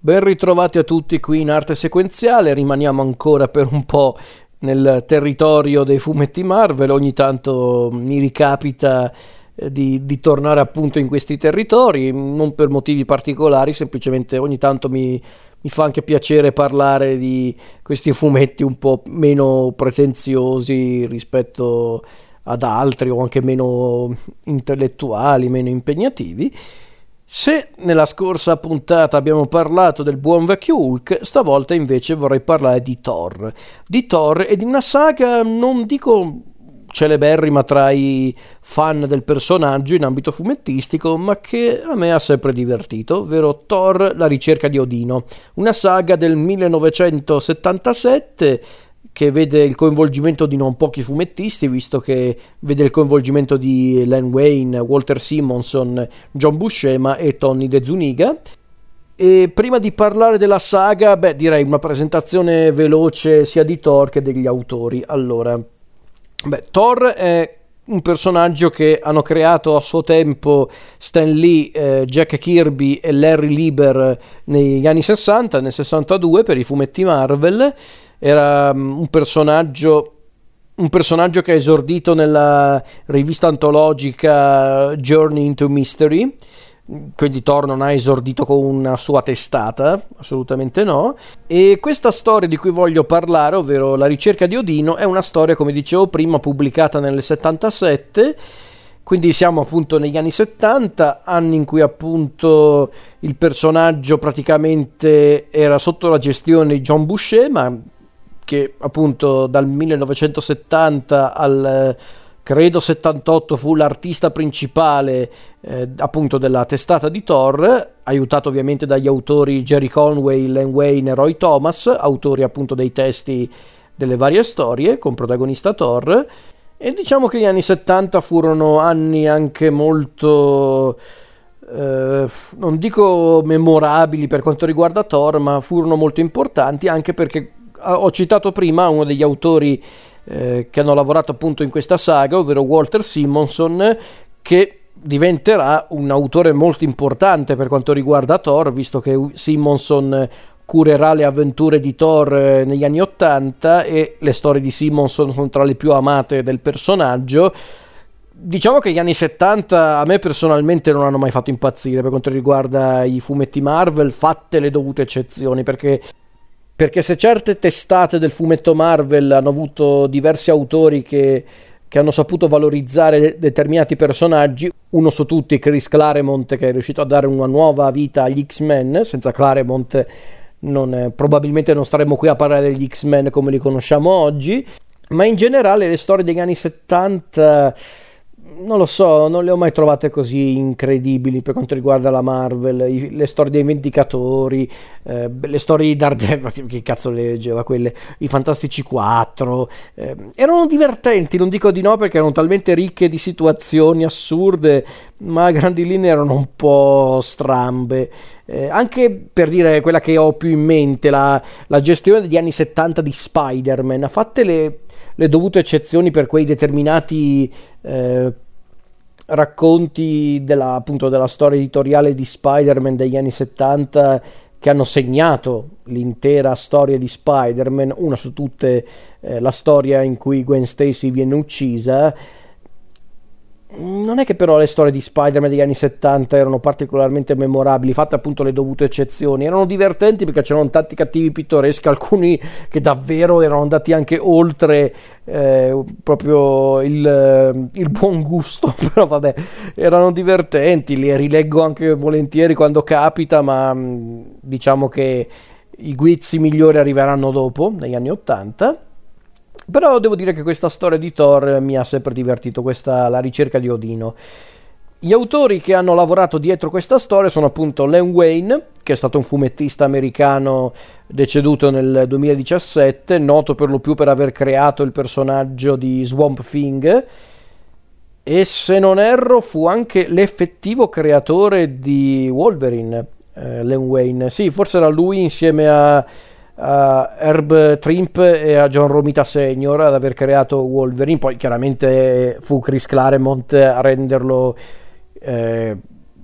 Ben ritrovati a tutti qui in Arte Sequenziale, rimaniamo ancora per un po' nel territorio dei fumetti Marvel, ogni tanto mi ricapita di tornare appunto in questi territori, non per motivi particolari, semplicemente ogni tanto mi fa anche piacere parlare di questi fumetti un po' meno pretenziosi rispetto ad altri o anche meno intellettuali, meno impegnativi. Se nella scorsa puntata abbiamo parlato del buon vecchio Hulk, stavolta invece vorrei parlare di Thor e di una saga non dico celeberrima tra i fan del personaggio in ambito fumettistico, ma che a me ha sempre divertito, ovvero Thor, la ricerca di Odino, una saga del 1977 che vede il coinvolgimento di non pochi fumettisti, visto che vede il coinvolgimento di Len Wein, Walter Simonson, John Buscema e Tony De Zuniga. E prima di parlare della saga, direi una presentazione veloce sia di Thor che degli autori. Allora, Thor è un personaggio che hanno creato a suo tempo Stan Lee, Jack Kirby e Larry Lieber negli anni 60, nel 62 per i fumetti Marvel. Era un personaggio che ha esordito nella rivista antologica Journey into Mystery, quindi Thor non ha esordito con una sua testata, assolutamente no. E questa storia di cui voglio parlare, ovvero La ricerca di Odino, è una storia, come dicevo prima, pubblicata nel 77, quindi siamo appunto negli anni 70, anni in cui appunto il personaggio praticamente era sotto la gestione di John Buscema, che appunto dal 1970 al credo 78 fu l'artista principale appunto della testata di Thor, aiutato ovviamente dagli autori Jerry Conway, Len Wein e Roy Thomas, autori appunto dei testi delle varie storie con protagonista Thor. E diciamo che gli anni 70 furono anni anche molto non dico memorabili per quanto riguarda Thor, ma furono molto importanti anche perché ho citato prima uno degli autori che hanno lavorato appunto in questa saga, ovvero Walter Simonson, che diventerà un autore molto importante per quanto riguarda Thor, visto che Simonson curerà le avventure di Thor negli anni 80 e le storie di Simonson sono tra le più amate del personaggio. Diciamo che gli anni 70 a me personalmente non hanno mai fatto impazzire per quanto riguarda i fumetti Marvel, fatte le dovute eccezioni, perché se certe testate del fumetto Marvel hanno avuto diversi autori che hanno saputo valorizzare determinati personaggi, uno su tutti Chris Claremont, che è riuscito a dare una nuova vita agli X-Men. Senza Claremont probabilmente non staremmo qui a parlare degli X-Men come li conosciamo oggi, ma in generale le storie degli anni 70 non lo so, non le ho mai trovate così incredibili per quanto riguarda la Marvel. Le storie dei Vendicatori, le storie di Daredevil, che cazzo le leggeva quelle, i Fantastici 4, erano divertenti, non dico di no, perché erano talmente ricche di situazioni assurde, ma a grandi linee erano un po' strambe. Anche per dire quella che ho più in mente, la gestione degli anni 70 di Spider-Man, a fatte le dovute eccezioni per quei determinati racconti appunto della storia editoriale di Spider-Man degli anni 70 che hanno segnato l'intera storia di Spider-Man, una su tutte la storia in cui Gwen Stacy viene uccisa. Non è che però le storie di Spider-Man degli anni 70 erano particolarmente memorabili, fatte appunto le dovute eccezioni. Erano divertenti perché c'erano tanti cattivi pittoreschi, alcuni che davvero erano andati anche oltre proprio il buon gusto, però vabbè, erano divertenti, li rileggo anche volentieri quando capita, ma diciamo che i guizzi migliori arriveranno dopo, negli anni 80. Però devo dire che questa storia di Thor mi ha sempre divertito, La ricerca di Odino. Gli autori che hanno lavorato dietro questa storia sono appunto Len Wein, che è stato un fumettista americano deceduto nel 2017, noto per lo più per aver creato il personaggio di Swamp Thing, e se non erro fu anche l'effettivo creatore di Wolverine, Len Wein. Sì, forse era lui insieme a Herb Trimp e a John Romita Sr. ad aver creato Wolverine. Poi chiaramente fu Chris Claremont a renderlo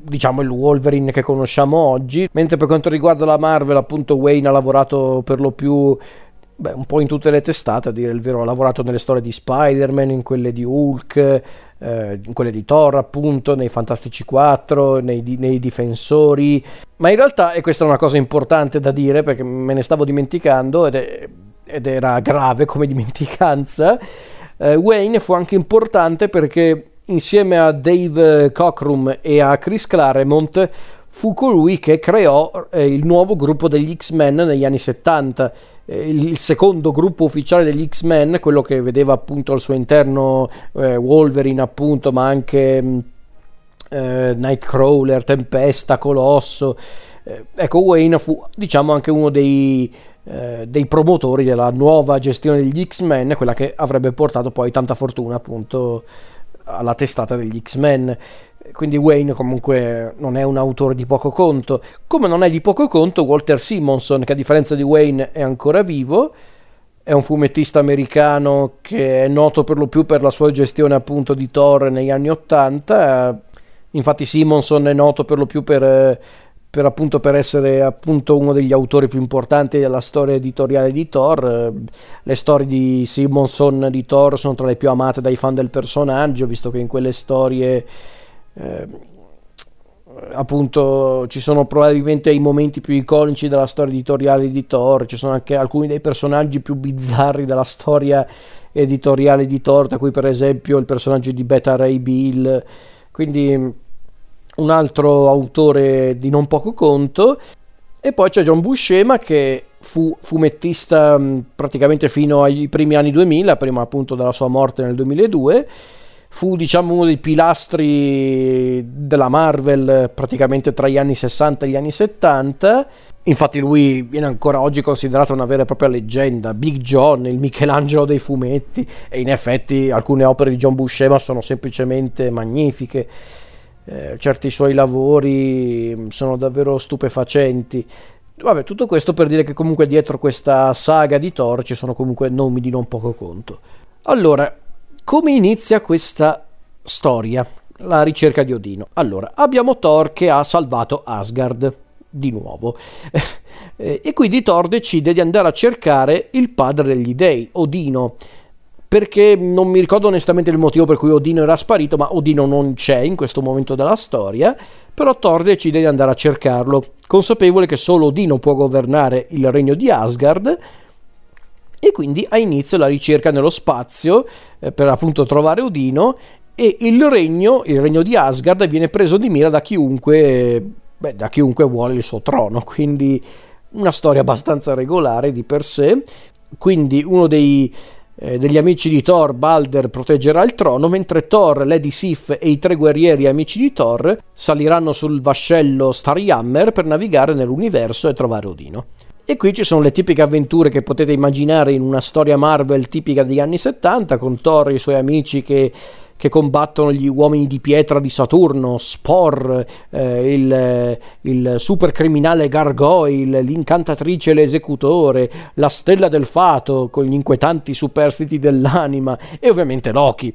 diciamo il Wolverine che conosciamo oggi, mentre per quanto riguarda la Marvel, appunto, Wayne ha lavorato per lo più un po' in tutte le testate, a dire il vero. Ha lavorato nelle storie di Spider-Man, in quelle di Hulk, in quelle di Thor, appunto, nei Fantastici 4, nei Difensori. Ma in realtà, e questa è una cosa importante da dire perché me ne stavo dimenticando ed era grave come dimenticanza, Wayne fu anche importante perché insieme a Dave Cockrum e a Chris Claremont fu colui che creò il nuovo gruppo degli X-Men negli anni 70, il secondo gruppo ufficiale degli X-Men, quello che vedeva appunto al suo interno Wolverine, appunto, ma anche Nightcrawler, Tempesta, Colosso. Ecco, Wayne fu, diciamo, anche uno dei promotori della nuova gestione degli X-Men, quella che avrebbe portato poi tanta fortuna appunto alla testata degli X-Men. Quindi Wayne comunque non è un autore di poco conto, come non è di poco conto Walter Simonson, che a differenza di Wayne è ancora vivo. È un fumettista americano che è noto per lo più per la sua gestione appunto di Thor negli anni 80. Infatti Simonson è noto per lo più per essere appunto uno degli autori più importanti della storia editoriale di Thor. Le storie di Simonson di Thor sono tra le più amate dai fan del personaggio, visto che in quelle storie appunto ci sono probabilmente i momenti più iconici della storia editoriale di Thor. Ci sono anche alcuni dei personaggi più bizzarri della storia editoriale di Thor, tra cui per esempio il personaggio di Beta Ray Bill. Quindi un altro autore di non poco conto. E poi c'è John Buscema, che fu fumettista praticamente fino ai primi anni 2000, prima appunto della sua morte nel 2002. Fu, diciamo, uno dei pilastri della Marvel praticamente tra gli anni 60 e gli anni 70. Infatti lui viene ancora oggi considerato una vera e propria leggenda, Big John, il Michelangelo dei fumetti, e in effetti alcune opere di John Buscema sono semplicemente magnifiche. Certi suoi lavori sono davvero stupefacenti. Vabbè, tutto questo per dire che comunque dietro questa saga di Thor ci sono comunque nomi di non poco conto. Allora, come inizia questa storia? La ricerca di Odino. Allora, abbiamo Thor che ha salvato Asgard di nuovo e quindi Thor decide di andare a cercare il padre degli dei, Odino, perché non mi ricordo onestamente il motivo per cui Odino era sparito, ma Odino non c'è in questo momento della storia. Però Thor decide di andare a cercarlo, consapevole che solo Odino può governare il regno di Asgard, e quindi ha inizio la ricerca nello spazio per appunto trovare Odino, e il regno di Asgard viene preso di mira da chiunque vuole il suo trono. Quindi una storia abbastanza regolare di per sé. Quindi uno degli amici di Thor, Balder, proteggerà il trono, mentre Thor, Lady Sif e i 3 guerrieri amici di Thor saliranno sul vascello Starjammer per navigare nell'universo e trovare Odino. E qui ci sono le tipiche avventure che potete immaginare in una storia Marvel tipica degli anni 70, con Thor e i suoi amici che combattono gli uomini di pietra di Saturno, Spor, il super criminale Gargoyle, l'incantatrice e l'esecutore, la stella del fato con gli inquietanti superstiti dell'anima, e ovviamente Loki.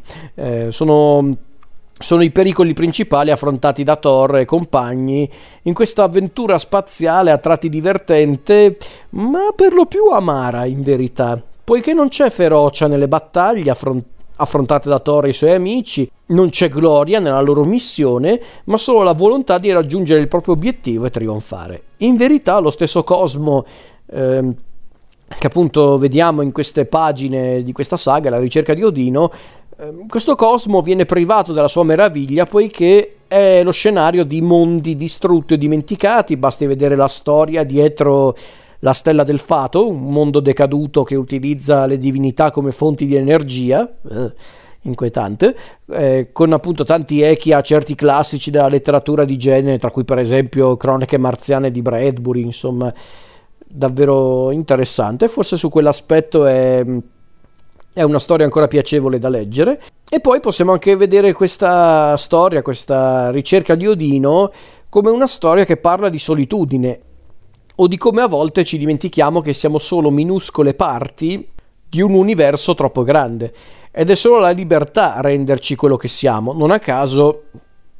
Sono i pericoli principali affrontati da Thor e compagni in questa avventura spaziale a tratti divertente, ma per lo più amara in verità, poiché non c'è ferocia nelle battaglie affrontate da Thor e i suoi amici, non c'è gloria nella loro missione, ma solo la volontà di raggiungere il proprio obiettivo e trionfare. In verità lo stesso Cosmo che appunto vediamo in queste pagine di questa saga, la ricerca di Odino, questo Cosmo viene privato della sua meraviglia poiché è lo scenario di mondi distrutti o dimenticati. Basti vedere la storia dietro la stella del fato, un mondo decaduto che utilizza le divinità come fonti di energia, inquietante, con appunto tanti echi a certi classici della letteratura di genere, tra cui per esempio Cronache marziane di Bradbury. Insomma, davvero interessante. Forse su quell'aspetto è una storia ancora piacevole da leggere. E poi possiamo anche vedere questa storia, questa ricerca di Odino, come una storia che parla di solitudine, o di come a volte ci dimentichiamo che siamo solo minuscole parti di un universo troppo grande, ed è solo la libertà a renderci quello che siamo. Non a caso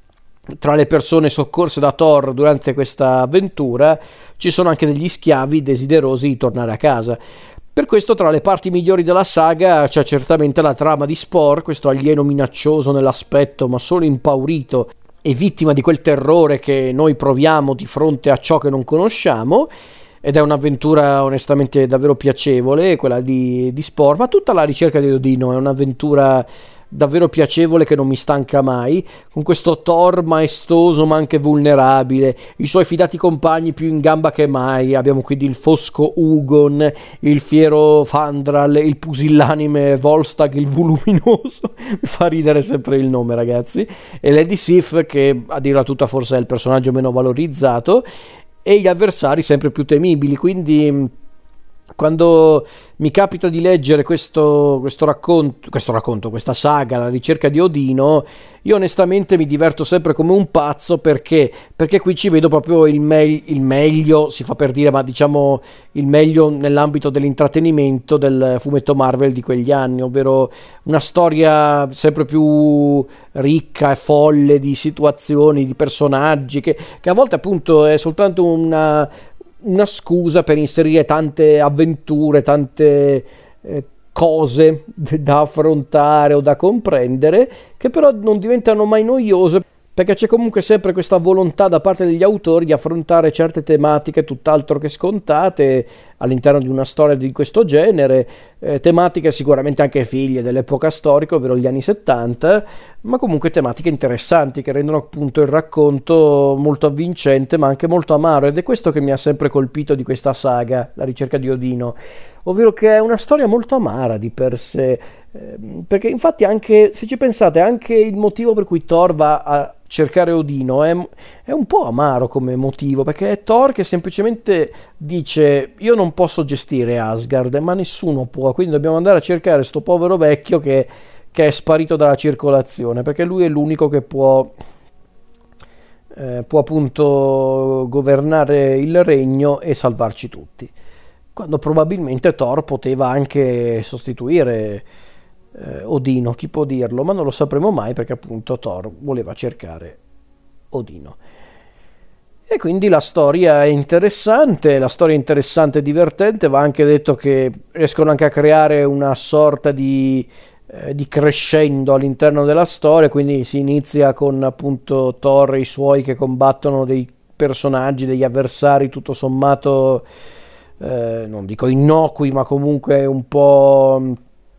tra le persone soccorse da Thor durante questa avventura ci sono anche degli schiavi desiderosi di tornare a casa. Per questo tra le parti migliori della saga c'è certamente la trama di Spore, questo alieno minaccioso nell'aspetto ma solo impaurito e vittima di quel terrore che noi proviamo di fronte a ciò che non conosciamo, ed è un'avventura onestamente davvero piacevole quella di Spore, ma tutta la ricerca di Odino è un'avventura davvero piacevole che non mi stanca mai, con questo Thor maestoso ma anche vulnerabile, i suoi fidati compagni più in gamba che mai. Abbiamo quindi il fosco Ugon, il fiero Fandral, il pusillanime Volstagg il voluminoso mi fa ridere sempre il nome, ragazzi, e Lady Sif, che a dirla tutta forse è il personaggio meno valorizzato, e gli avversari sempre più temibili. Quindi quando mi capita di leggere questo racconto, questa saga, la ricerca di Odino, io onestamente mi diverto sempre come un pazzo, perché qui ci vedo proprio il meglio, si fa per dire, ma diciamo il meglio nell'ambito dell'intrattenimento del fumetto Marvel di quegli anni, ovvero una storia sempre più ricca e folle di situazioni, di personaggi, che a volte appunto è soltanto una scusa per inserire tante avventure, tante cose da affrontare o da comprendere, che però non diventano mai noiose, perché c'è comunque sempre questa volontà da parte degli autori di affrontare certe tematiche tutt'altro che scontate all'interno di una storia di questo genere, tematiche sicuramente anche figlie dell'epoca storica, ovvero gli anni 70, ma comunque tematiche interessanti che rendono appunto il racconto molto avvincente ma anche molto amaro, ed è questo che mi ha sempre colpito di questa saga, la ricerca di Odino, ovvero che è una storia molto amara di per sé, perché infatti anche, se ci pensate, anche il motivo per cui Thor va a cercare Odino è un po' amaro come motivo, perché è Thor che semplicemente dice: io non posso gestire Asgard, ma nessuno può, quindi dobbiamo andare a cercare sto povero vecchio che è sparito dalla circolazione, perché lui è l'unico che può appunto governare il regno e salvarci tutti, quando probabilmente Thor poteva anche sostituire Odino, chi può dirlo, ma non lo sapremo mai, perché appunto Thor voleva cercare Odino. E quindi la storia è interessante e divertente. Va anche detto che riescono anche a creare una sorta di crescendo all'interno della storia, quindi si inizia con appunto Thor e i suoi che combattono dei personaggi, degli avversari tutto sommato non dico innocui, ma comunque un po'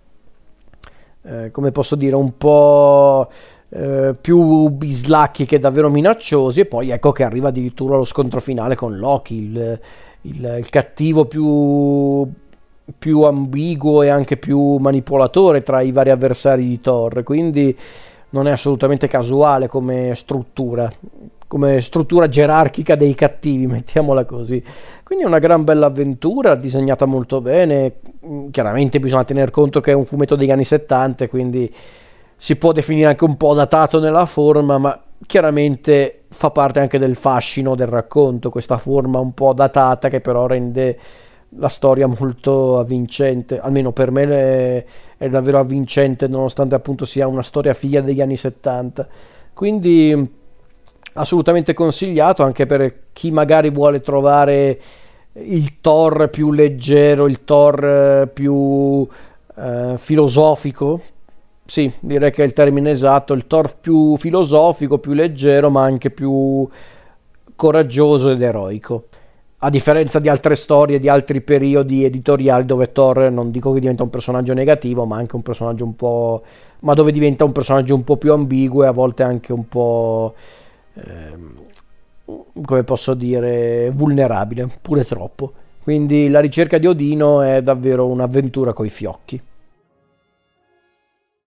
come posso dire, un po' più bislacchi che davvero minacciosi, e poi ecco che arriva addirittura lo scontro finale con Loki, il cattivo più ambiguo e anche più manipolatore tra i vari avversari di Thor, quindi non è assolutamente casuale come struttura gerarchica dei cattivi, mettiamola così. Quindi è una gran bella avventura, disegnata molto bene. Chiaramente bisogna tener conto che è un fumetto degli anni 70, quindi si può definire anche un po' datato nella forma, ma chiaramente fa parte anche del fascino del racconto, questa forma un po' datata che però rende la storia molto avvincente. Almeno per me è davvero avvincente, nonostante appunto sia una storia figlia degli anni 70. Quindi assolutamente consigliato anche per chi magari vuole trovare il Thor più leggero, il Thor più filosofico. Sì, direi che è il termine esatto, il Thor più filosofico, più leggero, ma anche più coraggioso ed eroico. A differenza di altre storie, di altri periodi editoriali dove Thor, non dico che diventa un personaggio negativo, ma anche un personaggio un po', ma dove diventa un personaggio un po' più ambiguo e a volte anche un po' come posso dire, vulnerabile, pure troppo. Quindi la ricerca di Odino è davvero un'avventura coi fiocchi.